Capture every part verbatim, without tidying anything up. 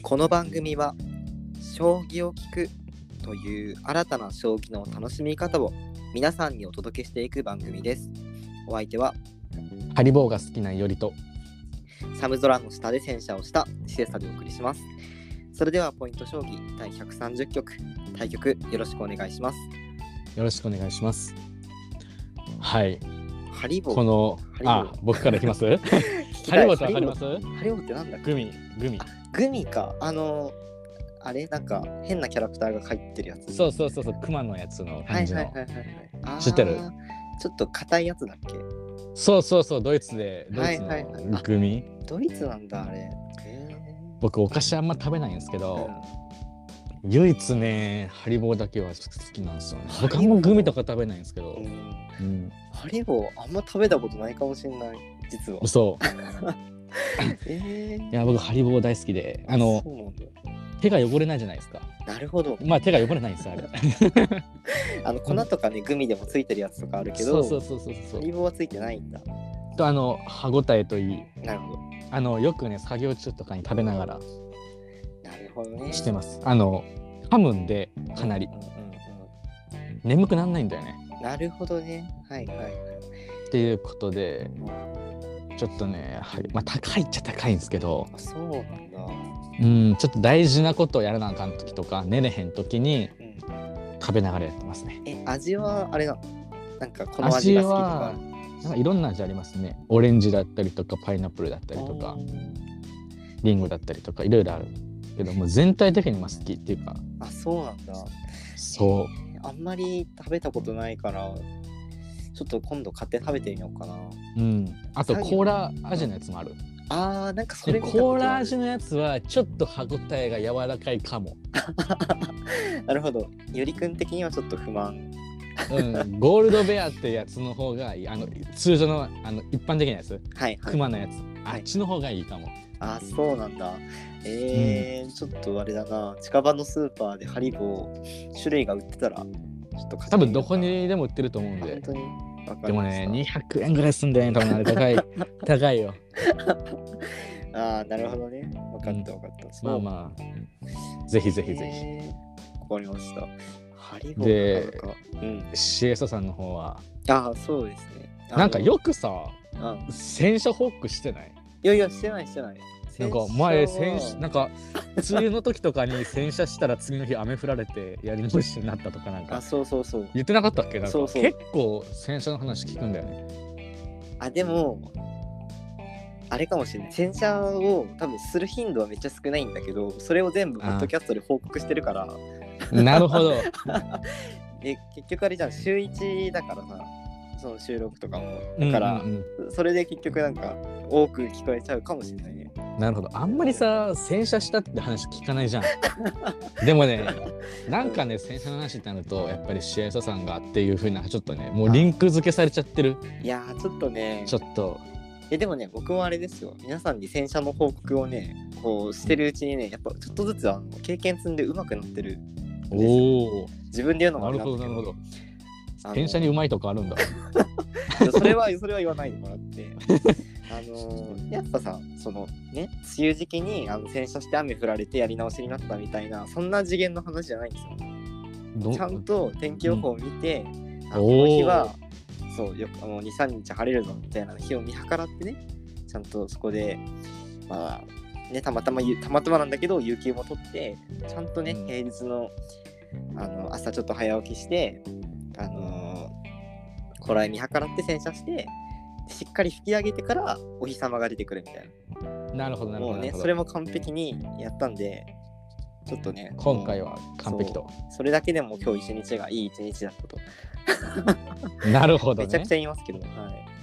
この番組は将棋を聞くという新たな将棋の楽しみ方を皆さんにお届けしていく番組です。お相手はハリボーが好きなよりと寒空の下で戦車をしたシエサでお送りします。それではポイント将棋第ひゃくさんじゅっ局対局よろしくお願いします。 よろしくお願いします。はい。 ハリボーこのハリボーあ僕からいきます聞きたい。 ハリボーってわかります？ ハリボーってなんだっけ？ グミグミグミか。あのあれなんか変なキャラクターが入ってるやつ。 そうそうそうそう、クマのやつの感じの、 はいはいはいはいはい。 知ってる？ ちょっと硬いやつだっけ？ そうそうそう、ドイツでドイツはいはいはいのグミ、 ドイツなんだあれ。へ僕お菓子あんま食べないんですけーど、 うん唯一ねハリボーだけは好きなんですよね。 ハリボー僕あんまグミとか食べないんですけど、 うんうん、 ハリボーあんま食べたことないかもしれない実は。 嘘えー、 いや僕ハリボー大好きで、あのそうなんだ。 手が汚れないじゃないですか。 なるほど。 まあ手が汚れないんですよあれあの粉とかねグミでもついてるやつとかあるけど、 そうそうそうそうそうハリボーはついてないんだ。 と、あの歯ごたえといい、 なるほど。 あのよくね作業中とかに食べながらなるほどね。 してます。あの噛むんでかなりうんうんうん眠くならないんだよね。 うん。なるほどね。はいはいはい。 っていうことでちょっとね、はい、まあ高いっちゃ高いんですけど、 あ、そうなんだ。 うんちょっと大事なことをやらなあかん時とか寝れへん時にうん。 食べながらやってますね。 え、味はあれなの？なんかこの味が好きとか。 なんかいろんな味ありますね。オレンジだったりとかパイナップルだったりとかリンゴだったりとかいろいろあるけども、全体的にまあ好きっていうか。 あ、そうなんだ。 そう、 えーあんまり食べたことないからちょっと今度買って食べてみようかな。 うん、あとコーラ味のやつもある。 あーなんかそれでコー見たことある。 ラ味のやつはちょっと歯ごたえが柔らかいかも。 なるほど。よりくん的にはちょっと不満。 うん、ゴールドベアってやつの方がいい。あの通常のあの一般的なやつ、 はいはい。 クマのやつ、 はいあっちの方がいいかも。 あーそうなんだ。えーうん、ちょっとあれだな。近場のスーパーでハリボー種類が売ってたらちょっと買って多みようかな。 分どこにでも売ってると思うんで。 本当にわかでもりましたねにひゃくえんぐらいすんだよね、多分あれ高い高いよ。 ああなるほどね。わかったわかった。 まあまあぜひぜひぜえー、わかりました。ハリボーでなかなか。うん。 ひシエソさんの方はああそうですね。あのなんかよくさあ洗車ホックしてない？ いやいやしてないしてない。 なんか前洗洗車は車なんか梅雨の時とかに洗車したら次の日雨降られてやり直しになったとかなんあかそうそうそう。 言ってなかったっけ？なんかそうそう結構洗車の話聞くんだよね。 あでもあれかもしれない。洗車を多分する頻度はめっちゃ少ないんだけど、それを全部ポッドキャストで報告してるから。 なるほど。 で結局あれじゃん週いちだからさ、その収録とかもだから、 うんうんうんそれで結局なんか多く聞こえちゃうかもしれないね。 なるほど。あんまりさ洗車したって話聞かないじゃん。でもねなんかね洗車の話ってなるとやっぱりシエソさんがっていう風なちょっとねもうリンク付けされちゃってる。 いやーちょっとねちょっとえでもね僕もあれですよ。皆さんに洗車の報告をねこうしてるうちにねやっぱちょっとずつあの経験積んで上手くなってる。 おお。 自分で言うのもあなるれなんだけほどなるほど。 あの洗車にうまいとこあるんだ。 それはそれは言わないでもらってあのー、やっぱさそのね梅雨時期にあの洗車して雨降られてやり直しになったみたいなそんな次元の話じゃないんですよ。 どちゃんと天気予報を見て、うん、あこおーの日はそうよあのにさんにち晴れるぞみたいな日を見計らってねちゃんとそこでまあねたまたまたまたまなんだけど有給も取ってちゃんとね平日のあの朝ちょっと早起きしてあのー、こらえ見計らって洗車してしっかり拭き上げてからお日様が出てくるみたいな。 なるほどなるほど。 もうねそれも完璧にやったんでちょっとね今回は完璧と。 そ, それだけでも今日一日がいい一日だったと。 なるほどね。 めちゃくちゃ言いますけど、はい、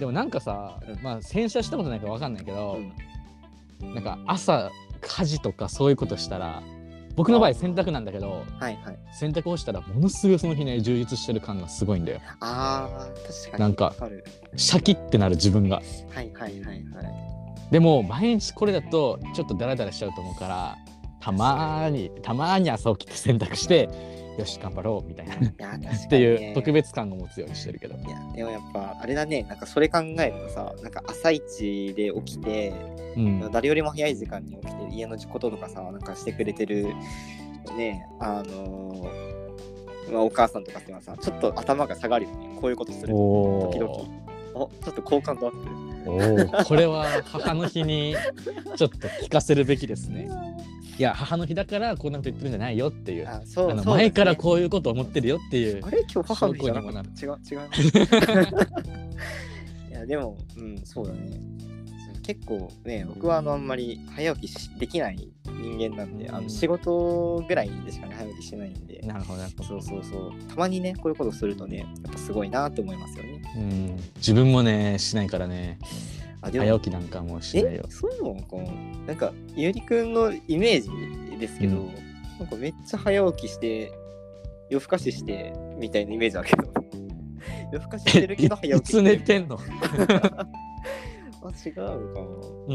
でもなんかさ、 うん、 まあ洗車したことないから分かんないけど、 うん、 なんか朝家事とかそういうことしたら僕の場合洗濯なんだけど、 はいはい、 洗濯をしたらものすごいその日ね充実してる感がすごいんだよ。 あー確かになんかシャキってなる自分が。 はいはいはいはい。 でも毎日これだとちょっとダラダラしちゃうと思うからたまーにたまーに朝起きて洗濯してよし頑張ろうみたいなっいや確かに、ね、 ていう特別感を持つようにしてるけど。 いやでもやっぱあれだね、なんかそれ考えるとさ、なんか朝一で起きて、うん、誰よりも早い時間に起きて家のこととかさなんかしてくれてるね、あのーまあ、お母さんとかってはさちょっと頭が下がるよね、こういうことすると時々おちょっと好感度アップ。 おこれは母の日にちょっと聞かせるべきですね。いや母の日だからこんなこと言ってるんじゃないよっていう、 あそうあのそう、ね、 前からこういうこと思ってるよっていう。 あれ今日母の日じゃなかった？違う違ういやでもうんそうだね、結構ね僕はあのあんまり早起きしできない人間なんで、うん、あの仕事ぐらいでしかね早起きしてないんで。 なるほどなるほど。 そうそうそう、たまにねこういうことするとねやっぱすごいなと思いますよね。 うん、自分もねしないからね。あでも早起きなんかもしないよ。 えそういうのこうなんかゆうりくんのイメージですけど、うん、なんかめっちゃ早起きして夜更かししてみたいなイメージあるけど夜更かししてるけど早起きしてるいつ寝てんのあ違うかな。 うん、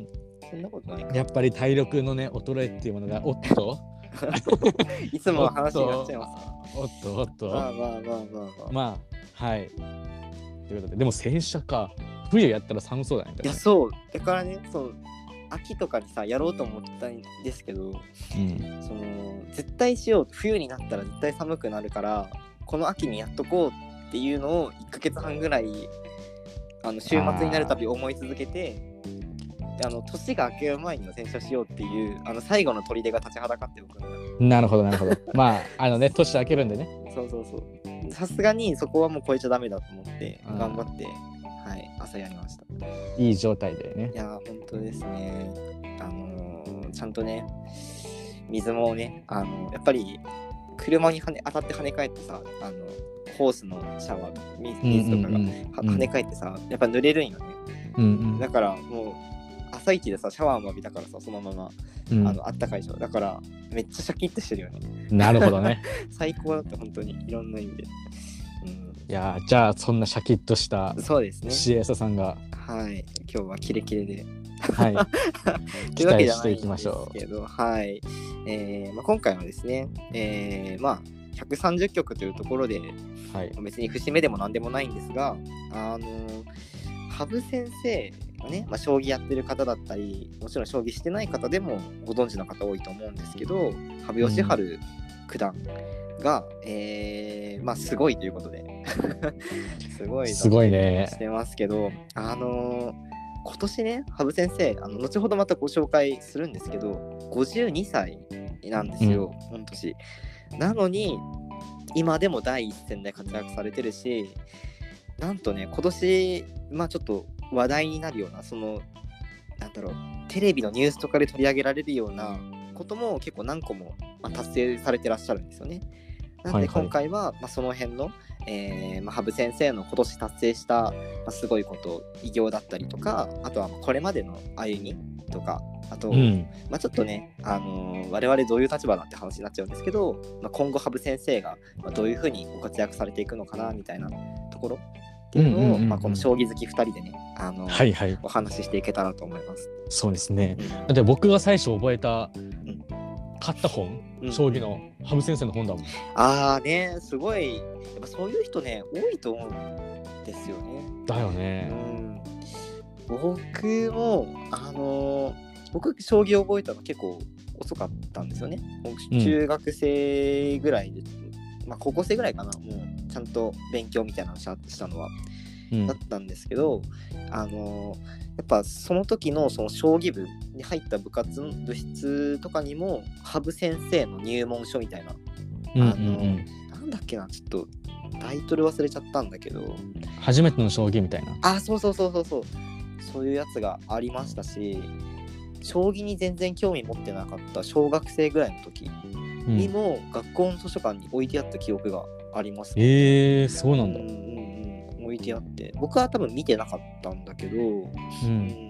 そんなことないか。 やっぱり体力のね衰えっていうものがおっといつもは話になっちゃいます。 おっとおっとまあまあまあまあまあまあはいということで、でも洗車か冬やったら寒そうだね。 いやそうだからね、そう秋とかにさやろうと思ったんですけど、うん、その絶対しよう、冬になったら絶対寒くなるからこの秋にやっとこうっていうのをいっかげつはんぐらいあの週末になるたび思い続けて、であの年が明ける前には洗車しようっていうあの最後の砦が立ちはだかっておくんだ。 なるほどなるほどまああのね年明けるんでね。 そうそうそう、さすがにそこはもう超えちゃダメだと思って頑張ってはい朝やりました。 いい状態でね。 いや本当ですね。あのー、ちゃんとね水もねあのやっぱり車に跳ね当たって跳ね返ってさ、あのホースのシャワー水とかが、うんうんうん、跳ね返ってさやっぱ濡れるんよね、うんうん、だからもう朝一でさシャワーも浴びたからさそのまま、うん、あのあったかいでしょ、だからめっちゃシャキッとしてるよね。 なるほどね最高だった本当にいろんな意味で、 うん、いやじゃあそんなシャキッとしたそうですねシエサさんがはい今日はキレキレではいというわけじゃないんですけど、はい、えーまあ、今回はですね、えー、まあひゃくさんじゅっきょくというところで、はい、別に節目でも何でもないんですが、あの羽生先生がね、まあ、将棋やってる方だったりもちろん将棋してない方でもご存知の方多いと思うんですけど、羽生善治九段が、うん、えー、まあすごいということですごいすごいねしてますけど、あのー今年ね羽生先生あの後ほどまたご紹介するんですけどごじゅうにさいなんですよ、うん、この年なのに今でも第一線で活躍されてるし、なんとね今年まあちょっと話題になるようなそのなんだろうテレビのニュースとかで取り上げられるようなことも結構何個も、まあ、達成されてらっしゃるんですよね。なんで今回は、はいはい、まあ、その辺の、えーまあ、羽生先生の今年達成した、まあ、すごいこと偉業だったりとか、あとはこれまでの歩みとか、あと、うん、まあ、ちょっとね、あのー、我々どういう立場だって話になっちゃうんですけど、まあ、今後羽生先生がどういうふうにご活躍されていくのかなみたいなところっていうのを、うんうんうんうん、まあ、この将棋好きふたりでね、あのーはいはい、お話ししていけたらと思います。 そうですね、うん、だって僕が最初覚えた、うん買った本、うん、将棋の羽生先生の本だもん。 ああね、すごいやっぱそういう人ね多いと思うんですよね。 だよね、 うん、僕もあのー、僕将棋を覚えたの結構遅かったんですよね。中学生ぐらいで、うん、まあ高校生ぐらいかな、もうちゃんと勉強みたいなのしたのは、うん、だったんですけど、あのーやっぱその時のその将棋部に入った部活の部室とかにも羽生先生の入門書みたいな、うんうんうん、あのなんだっけなちょっとタイトル忘れちゃったんだけど初めての将棋みたいなあそうそうそうそうそうそういうやつがありましたし、将棋に全然興味持ってなかった小学生ぐらいの時にも学校の図書館に置いてあった記憶があります、 ね、えー、そうなんだ、 うん置いてあって僕は多分見てなかったんだけど、うんうん、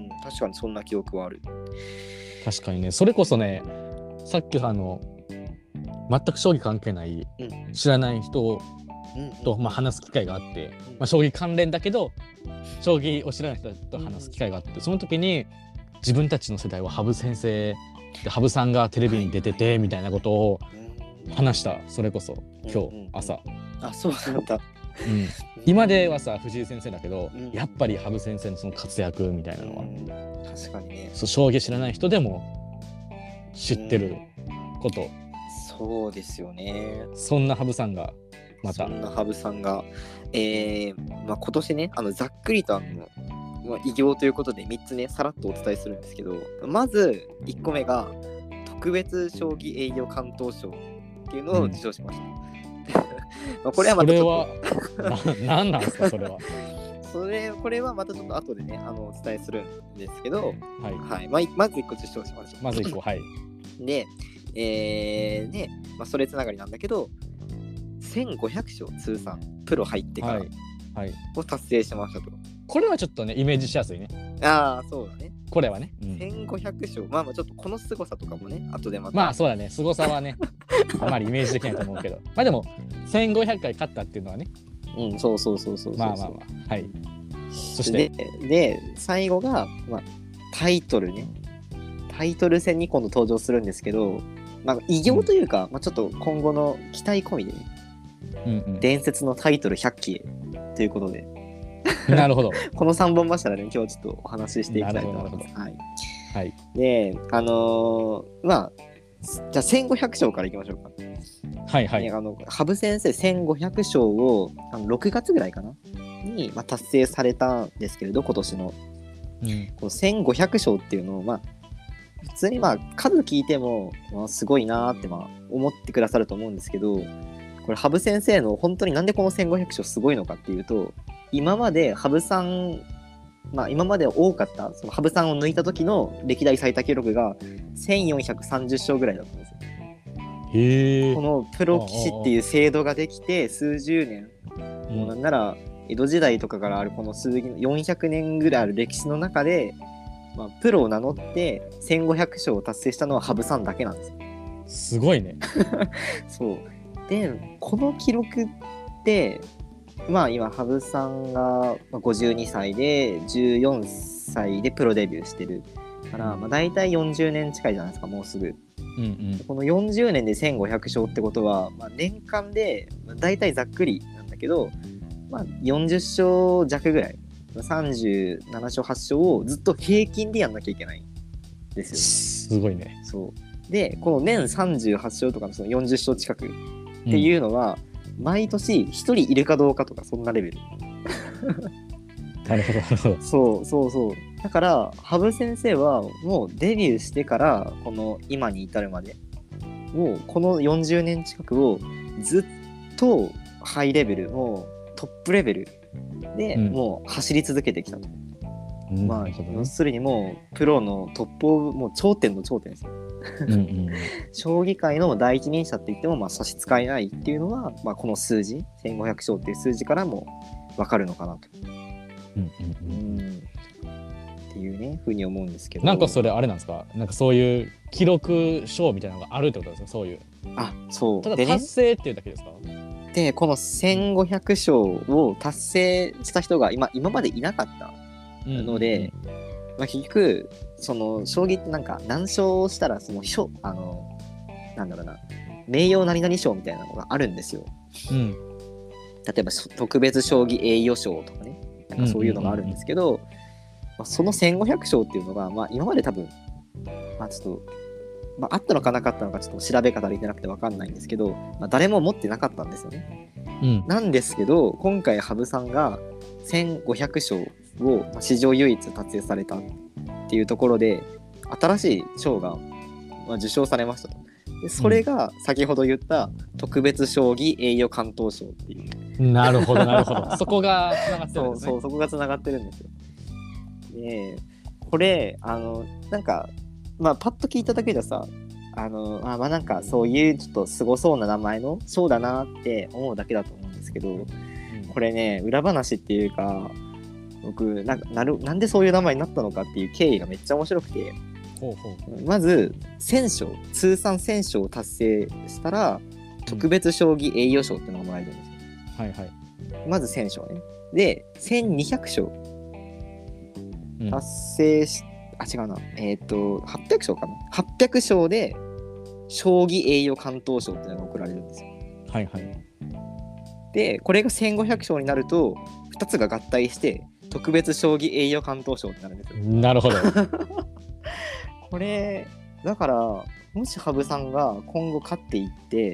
確かにそんな記憶はある。 確かにね、それこそねさっきあの全く将棋関係ない、うん、知らない人と、うんまあ、話す機会があって、うんまあ、将棋関連だけど将棋を知らない人と話す機会があって、うん、その時に自分たちの世代は羽生先生で羽生さんがテレビに出ててみたいなことを話したそれこそ今うんうんうん日朝、 あ、そうなんだ。 うん、今ではさ藤井先生だけど、 うんやっぱり羽生先生のその活躍みたいなのは、 うん確かにね。 そう将棋知らない人でも知ってること、 そうですよね。 そんな羽生さんがまたそんな羽生さんが、えーまあ、今年ね、あのざっくりとあの、まあ、偉業ということでみっつね、さらっとお伝えするんですけど、まずいっこめが特別将棋栄誉関東賞っていうのを受賞しました。まあこれはまたちょっとそれはな何なんですかそれは。 それこれはまたちょっと後でね、あのお伝えするんですけど、 はい、 はいまあ、まずいっこ受賞しました。 まずいっこはい。 で、えー、で、まあ、それつながりなんだけど、せんごひゃく勝通算プロ入ってからはいはい、 を達成しましたと。 これはちょっとねイメージしやすいね。 ああ、そうだね。 これはね、うん、 せんごひゃく勝、まあまあちょっとこの凄さとかもね、後でまた。 まあそうだね、凄さはねあまりイメージできないと思うけど、まあでもせんごひゃっかい勝ったっていうのはね、 うん、そうそうそうそうそう。 まあまあまあ、はい。そしてで、で最後が、まあ、タイトルね。タイトル戦に今度登場するんですけど、まあ、偉業というか、うんまあ、ちょっと今後の期待込みでね、 うんうん、 伝説のタイトルひゃっきということで。 なるほど。 このさんぼん柱で、ね、今日ちょっとお話ししていきたいと思います。はい。 はい、 で、あのー、まあ、じゃあせんごひゃく勝からいきましょうか。 はいはい。 ね、あの羽生先生せんごひゃく勝をあのろくがつぐらいかなに、まあ、達成されたんですけれど、今年の。 うん、 このせんごひゃく勝っていうのを、まあ、普通にまあ数聞いても、まあ、すごいなーってまあ思ってくださると思うんですけど、これ羽生先生の本当になんでこのせんごひゃく勝すごいのかっていうと、今まで羽生さん、まあ今まで多かったその羽生さんを抜いた時の歴代最多記録がせんよんひゃくさんじゅう勝ぐらいだったんですよ。 へー。 このプロ棋士っていう制度ができて数十年、うん、もうなんなら江戸時代とかからあるこの数よんひゃくねんぐらいある歴史の中で、まあ、プロを名乗ってせんごひゃく勝を達成したのは羽生さんだけなんですよ。 すごいね。 そうでこの記録ってまあ今羽生さんがごじゅうにさいでじゅうよんさいでプロデビューしてるから、まあ、大体よんじゅうねん近いじゃないですか、もうすぐ。 うんうん、 このよんじゅうねんでせんごひゃく勝ってことは、まあ、年間で大体ざっくりなんだけど、まあ、よんじゅっ勝弱ぐらいさんじゅうなな勝はち勝をずっと平均でやんなきゃいけないんですよ。すごいね。 そうでこの年さんじゅうはち勝とかのそのよんじゅっ勝近くっていうのは、うん、毎年ひとりいるかどうかとかそんなレベル。 なるほどなるほど。 そうそうそう。だから羽生先生はもうデビューしてからこの今に至るまでもうこのよんじゅうねん近くをずっとハイレベルもうトップレベルでもう走り続けてきたと、うん、まあ、ね、要するにもうプロのトップオブもう頂点の頂点ですよ。うん、うん、将棋界の第一人者って言ってもまあ差し支えないっていうのは、まあ、この数字せんごひゃく勝っていう数字からも分かるのかなと。うんうんうん、っていうねふうに思うんですけど、 なんかそれあれなんですか、なんかそういう記録賞みたいなのがあるってことですか、そういう。 あ、そうただ達成っていうだけですか。 で、ね、このせんごひゃく勝を達成した人が 今, 今までいなかったので、うんうんうん、まあ、結局その将棋ってなんか何勝したらその賞あのなんだろうな名誉何々賞みたいなのがあるんですよ、うん、例えば特別将棋栄誉賞とかね、なんかそういうのがあるんですけど、うんうんうんうん、まあ、そのせんごひゃく勝っていうのが、まあ、今まで多分、まあ、ちょっと、まあ、あったのかなかったのかちょっと調べ方できてなくて分かんないんですけど、まあ、誰も持ってなかったんですよね、うん、なんですけど今回羽生さんがせんごひゃく勝を史上唯一達成されたっていうところで新しい賞が受賞されましたと。でそれが先ほど言った特別将棋栄誉関東賞っていう、 うん、なるほどなるほどそこがつながってるんですね。 そうそう、そこがつながってるんですよ。でこれあのなんかまあパッと聞いただけじゃさあのあまあなんかそういうちょっとすごそうな名前の賞だなって思うだけだと思うんですけど、うん、これね裏話っていうか僕なんかなるなんでそういう名前になったのかっていう経緯がめっちゃ面白くて、ほうほう、まずせん勝通算せん勝を達成したら特別将棋栄誉賞っていうのがもらえるんですよ、うん、はいはい。まずせん勝ね。でせんにひゃく勝達成し、うん、あ違うなえっ、ー、とはっぴゃく勝かなはっぴゃく勝で将棋栄誉敢闘賞っていうのが贈られるんですよ。 はいはい。 でこれがせんごひゃく賞になるとふたつが合体して特別将棋栄誉敢闘賞になるんですよ。 なるほど。 これだからもし羽生さんが今後勝っていって、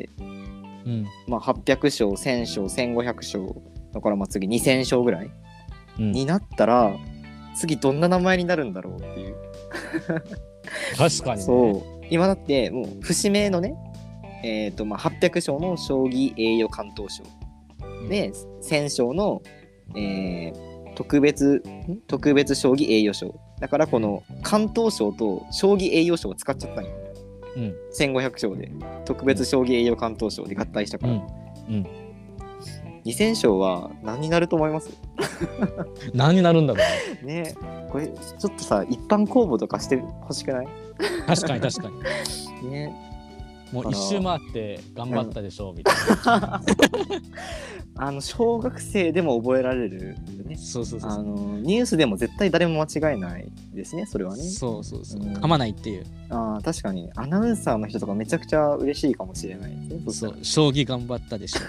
うんまあ、はっぴゃく賞、せん賞、せんごひゃく賞だからまあ次にせん賞ぐらい、うん、になったら次どんな名前になるんだろうっていう。 確かにね。 そう今だってもう節目のね、えーとまあ、はっぴゃく賞の将棋栄誉敢闘賞、うん、でせん賞の、えー、特別特別将棋栄誉賞だからこの敢闘賞と将棋栄誉賞を使っちゃったんよ、うん、せんごひゃく賞で特別将棋栄誉敢闘賞で合体したから、うんうん、にせん賞は何になると思います？ 何になるんだろうね。これちょっとさ一般公募とかしてほしくない？ 確かに確かにね。 もう一周回って頑張ったでしょう、うん、みたいな。 あの小学生でも覚えられる、ね、 そうそうそうあのニュースでも絶対誰も間違えないですねそれはね。 そうそうそう、うん、噛まないっていう。 あ確かにアナウンサーの人とかめちゃくちゃ嬉しいかもしれないですね。 そう将棋頑張ったでしょ。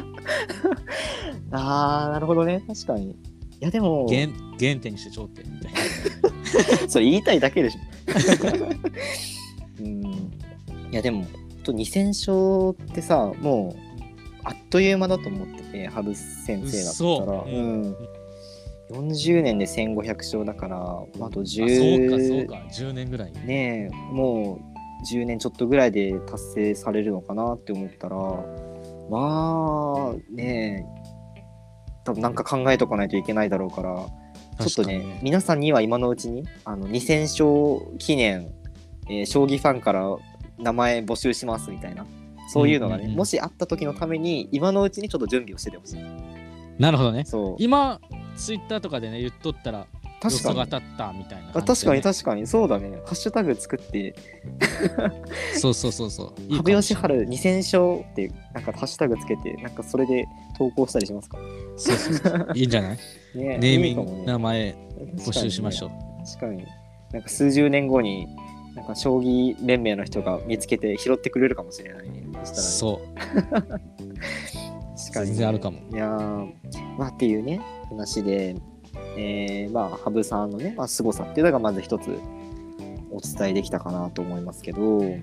あーなるほどね確かに。いやでも原原点にして頂点みたいな。それ言いたいだけでしょ。うんいやでもにせん勝ってさもうあっという間だと思ってて羽生先生だったら、うん、よんじゅうねんでせんごひゃく勝だからあとじゅうあそうかそうかじゅうねんぐらいねえもうじゅうねんちょっとぐらいで達成されるのかなって思ったらまあねえ多分なんか考えとかないといけないだろうからちょっとね皆さんには今のうちにあのにせん勝記念、えー、将棋ファンから名前募集しますみたいなそういうのがね、うんうんうん、もしあった時のために今のうちにちょっと準備をしててほしい。 なるほどね。 そう今ツイッターとかでね言っとったら予想が当たったみたいな感じで、ね、 あ確かに確かにそうだねハッシュタグ作ってそうそうそうそう羽生善治にせん勝ってなんかハッシュタグつけてなんかそれで投稿したりしますか？ そうそうそういいんじゃない、ね、ネーミング、ね、名前募集しましょう。 確かに、ね、確かになんか数十年後になんか将棋連盟の人が見つけて拾ってくれるかもしれないね。したらね、 そう確かに、ね、全然あるかも。 いやまあっていうね話で、えー、まあ羽生さんのね、まあ、凄さっていうのがまず一つお伝えできたかなと思いますけど、 はい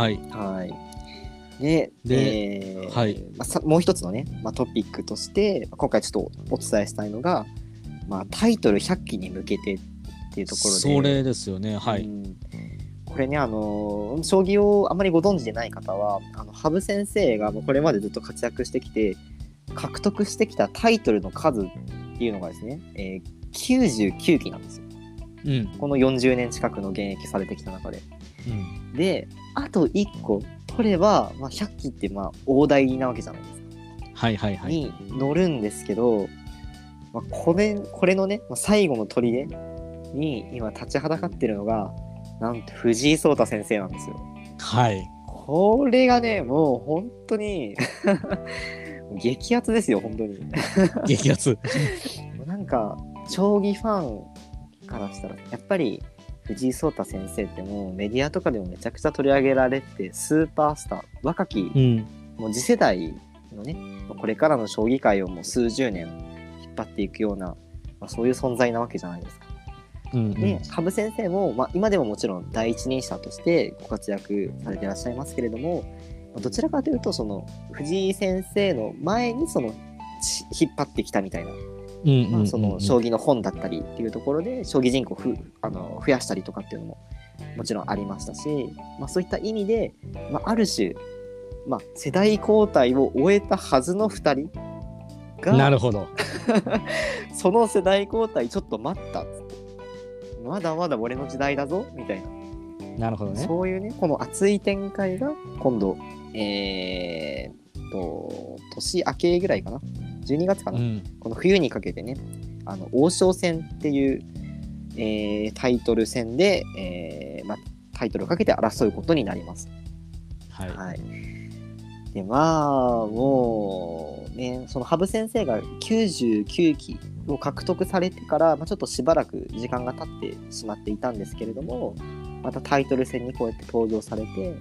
はいでで、えーはいまあ、もう一つのね、まあ、トピックとして今回ちょっとお伝えしたいのが、まあ、タイトルひゃっきに向けてっていうところでそれですよねはい、 うんこれね、あのー、将棋をあまりご存知でない方はあの羽生先生がこれまでずっと活躍してきて獲得してきたタイトルの数っていうのがですね、えー、きゅうじゅうきゅうきなんですよ、 うん、 このよんじゅうねん近くの現役されてきた中で、 うん、 であといっこ取れば、まあ、ひゃっきってまあ大台なわけじゃないですか。 はいはいはいに乗るんですけど、まあ、これこれのね、まあ、最後の砦に今立ちはだかってるのがなんと藤井聡太先生なんですよ。 はい。 これがね、もう本当に激アツですよ、本当に。 激アツ。 なんか将棋ファンからしたらやっぱり藤井聡太先生ってもうメディアとかでもめちゃくちゃ取り上げられてスーパースター、若き、うん、もう次世代のね、これからの将棋界をもう数十年引っ張っていくような、まあ、そういう存在なわけじゃないですか。 うんうん、 で羽生先生も、まあ、今でももちろん第一人者としてご活躍されていらっしゃいますけれども、どちらかというとその藤井先生の前にその引っ張ってきたみたいな、まあ、その将棋の本だったりっていうところで将棋人口をふあの増やしたりとかっていうのももちろんありましたし、まあ、そういった意味で、まあ、ある種、まあ、世代交代を終えたはずのふたりがなるほどその世代交代ちょっと待ったっつってまだまだ俺の時代だぞみたいな、 なるほどね。 そういうねこの熱い展開が今度えー、っと年明けぐらいかなじゅうにがつかな、うん、この冬にかけてねあの王将戦っていう、えー、タイトル戦で、えーま、タイトルをかけて争うことになります。 はい、 はい、でまあもうねその羽生先生がきゅうじゅうきゅうきを獲得されてから、まあ、ちょっとしばらく時間が経ってしまっていたんですけれども、またタイトル戦にこうやって登場されて、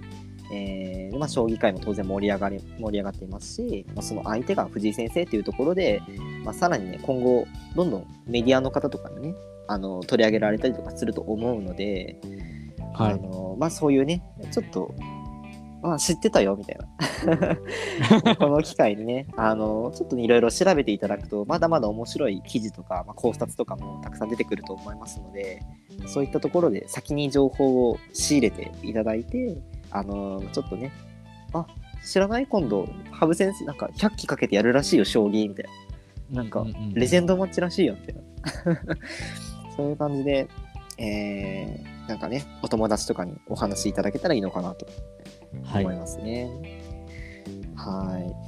えーまあ、将棋界も当然盛り上がり盛り上がっていますし、まあ、その相手が藤井先生っていうところで、まあ、さらにね今後どんどんメディアの方とかにねあの取り上げられたりとかすると思うので、 はい、 あのまあ、そういうねちょっと、まあ、知ってたよみたいなこの機会にねあのちょっといろいろ調べていただくとまだまだ面白い記事とか、まあ、考察とかもたくさん出てくると思いますので、そういったところで先に情報を仕入れていただいて、あのー、ちょっとね、あ、知らない今度、羽生先生、なんかひゃっきかけてやるらしいよ、将棋みたいな。なんか、レジェンドマッチらしいよ、みたいな。そういう感じで、えー、なんかね、お友達とかにお話しいただけたらいいのかなと思いますね。はい。はい。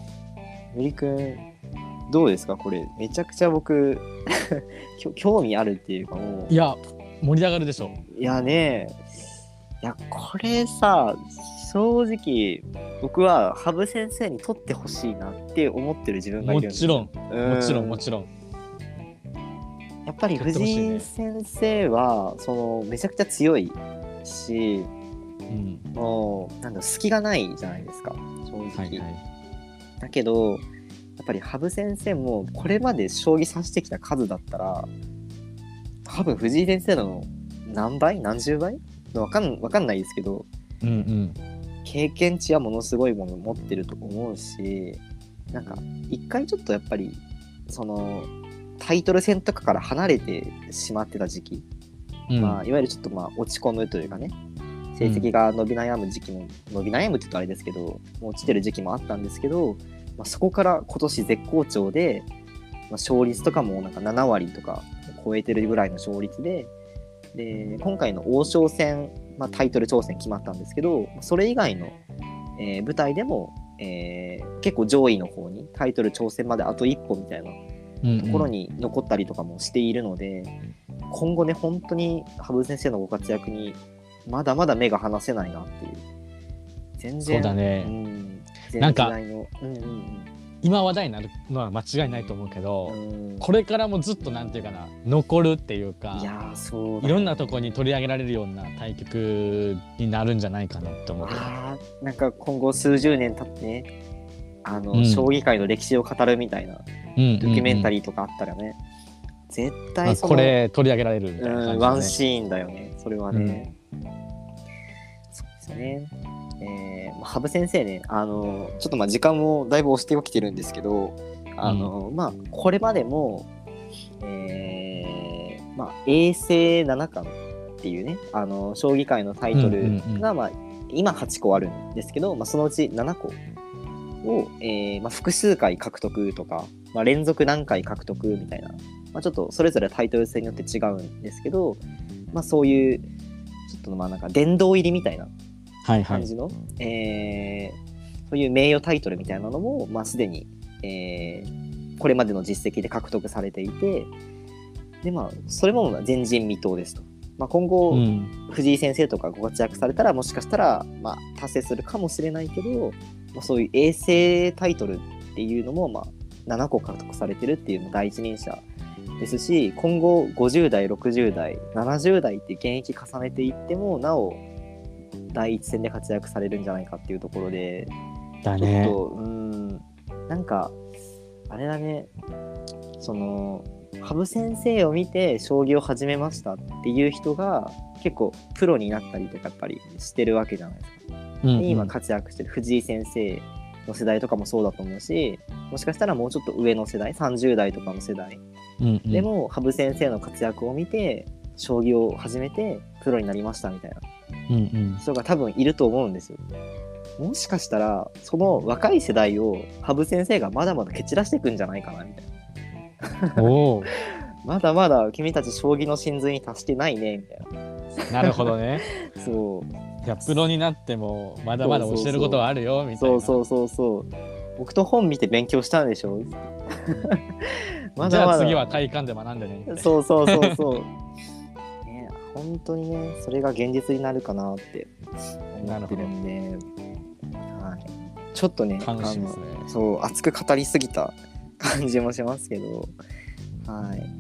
ゆりくん、どうですかこれ、めちゃくちゃ僕、興味あるっていうかもう。 いや、盛り上がるでしょ。 いやね、いやこれさ正直僕は羽生先生に取ってほしいなって思ってる自分がいるんですよ。 もちろんもちろんもちろん。 やっぱり藤井先生は、ね、そのめちゃくちゃ強いし、うん、もうなんだ隙がないじゃないですか正直、はいはい、だけどやっぱり羽生先生もこれまで将棋指してきた数だったら多分藤井先生の何倍何十倍わかん、わかんないですけど、うんうん、経験値はものすごいもの持ってると思うし、なんか一回ちょっとやっぱりそのタイトル戦とかから離れてしまってた時期、うん、まあいわゆるちょっとまあ落ち込むというかね、成績が伸び悩む時期も、うん、伸び悩むって言うとあれですけど、落ちてる時期もあったんですけど、まあ、そこから今年絶好調で、まあ、勝率とかもなんかななわりとか超えてるぐらいの勝率で。で今回の王将戦、まあ、タイトル挑戦決まったんですけど、それ以外の、えー、舞台でも、えー、結構上位の方にタイトル挑戦まであと一歩みたいなところに残ったりとかもしているので、うんうん、今後ね本当に羽生先生のご活躍にまだまだ目が離せないなっていう。全然そうだね、うん、なんか、うんうんうん、今話題になるのは間違いないと思うけど、うん、これからもずっとなんていうかな残るっていうか、 いやそうだ、ね、 いろんなところに取り上げられるような対局になるんじゃないかなって思う。 あなんか今後数十年経ってねあの、うん、将棋界の歴史を語るみたいな、うん、ドキュメンタリーとかあったらね、うんうんうん、絶対その、 まあ、これ取り上げられるみたいな感じで、ね、 ワンシーンだよねそれはね、うん、そうですね。えー、羽生先生ね、あのちょっとまあ時間もだいぶ押してきてるんですけど、あの、うん、まあこれまでも、えー、まあ永世七冠っていうね、あの将棋界のタイトルが、うんうんうん、まあ今はちこあるんですけど、まあ、そのうちななこを、えーまあ、複数回獲得とか、まあ、連続何回獲得みたいな、まあ、ちょっとそれぞれタイトル戦によって違うんですけど、まあそういうちょっとまあなんか殿堂入りみたいな感じの、はいはい、えー、そういう名誉タイトルみたいなのも、まあ、すでに、えー、これまでの実績で獲得されていて、で、まあ、それも前人未到ですと。まあ、今後、うん、藤井先生とかご活躍されたらもしかしたら、まあ、達成するかもしれないけど、まあ、そういう永世タイトルっていうのも、まあ、ななこ獲得されてるっていうの第一人者ですし、今後ごじゅうだいろくじゅうだいななじゅうだいって現役重ねていってもなお第一線で活躍されるんじゃないかっていうところで、 だね、 ちょっとうーんなんかあれだね、その羽生先生を見て将棋を始めましたっていう人が結構プロになったりとかやっぱりしてるわけじゃないですか、うんうん、で今活躍してる藤井先生の世代とかもそうだと思うし、もしかしたらもうちょっと上の世代さんじゅうだいとかの世代、うんうん、でも羽生先生の活躍を見て将棋を始めてプロになりましたみたいな人が多分いると思うんですよ。もしかしたらその若い世代を羽生先生がまだまだ蹴散らしていくんじゃないかなみたいなおまだまだ君たち将棋の真髄に達してないねみたいな。 なるほどね。 そういやプロになってもまだまだ教えることはあるよみたいな。 そうそうそうそう、僕と本見て勉強したんでしょまだまだじゃあ次は体感で学んでねみたいな。 そうそうそうそうね、本当にねそれが現実になるかなって思ってるんで、はい、ちょっとね楽しみですね。 そう熱く語りすぎた感じもしますけど、はい、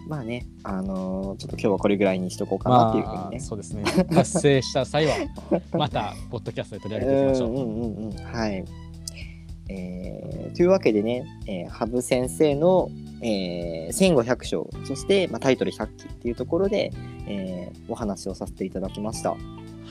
まあね、あのーちょっと今日はこれぐらいにしとこうかなっていうふうにね。 まあ、そうですね。達成した際はまたポッドキャストで取り上げていきましょう。 うんうんうんうん。はい。えーというわけでね、えー、羽生先生の、えー、せんごひゃく章、そして、まあ、タイトルひゃっきっていうところで、えーお話をさせていただきました。 はい。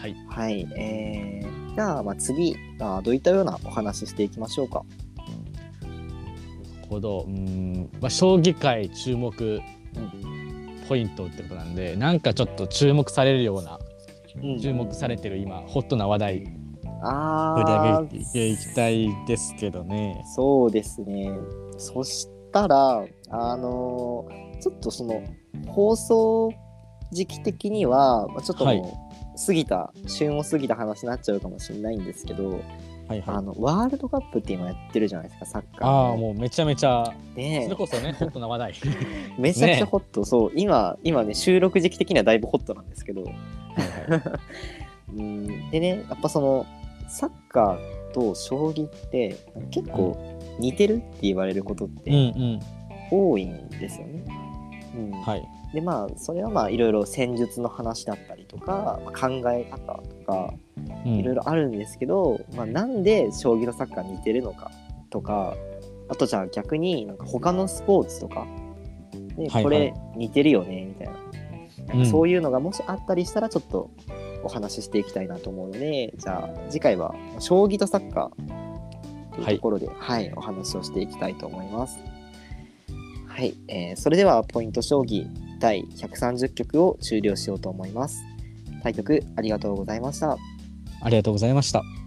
はい。えー、じゃあ、まあ、次あ、どういったようなお話ししていきましょうか。 なるほど。うーん、まあ、将棋界注目ポイントってことなんで、なんかちょっと注目されるような、 うん、 注目されてる今ホットな話題取りあ上げていきたいですけどね。 そうですね。そしたら、あのーちょっとその放送時期的には、まあ、ちょっともう過ぎた、旬を過ぎた話になっちゃうかもしれないんですけど、 はいはい。 あのワールドカップって今やってるじゃないですか、サッカーの。 ああ、もうめちゃめちゃ、そねれこそね、ホットな話題。 めちゃくちゃホット、そう今今ね収録時期的にはだいぶホットなんですけど、 はいはい。 うんでね、やっぱそのサッカーと将棋って結構似てるって言われることっうんてうん。 多いんですよね。うんはい。 でまあそれはまあいろいろ戦術の話だったりとか、まあ、考え方とかうんいろいろあるんですけど、まあ、なんで将棋とサッカー似てるのかとか、あとじゃあ逆になんか他のスポーツとかではいはいこれ似てるよねみたいな、なんかそういうのがもしあったりしたらちょっとお話ししていきたいなと思うので、じゃあ次回は将棋とサッカーというところで、はい、お話をしていきたいと思います。はい、えーそれではポイント将棋だいひゃくさんじゅっ局を終了しようと思います。対局ありがとうございました。 ありがとうございました。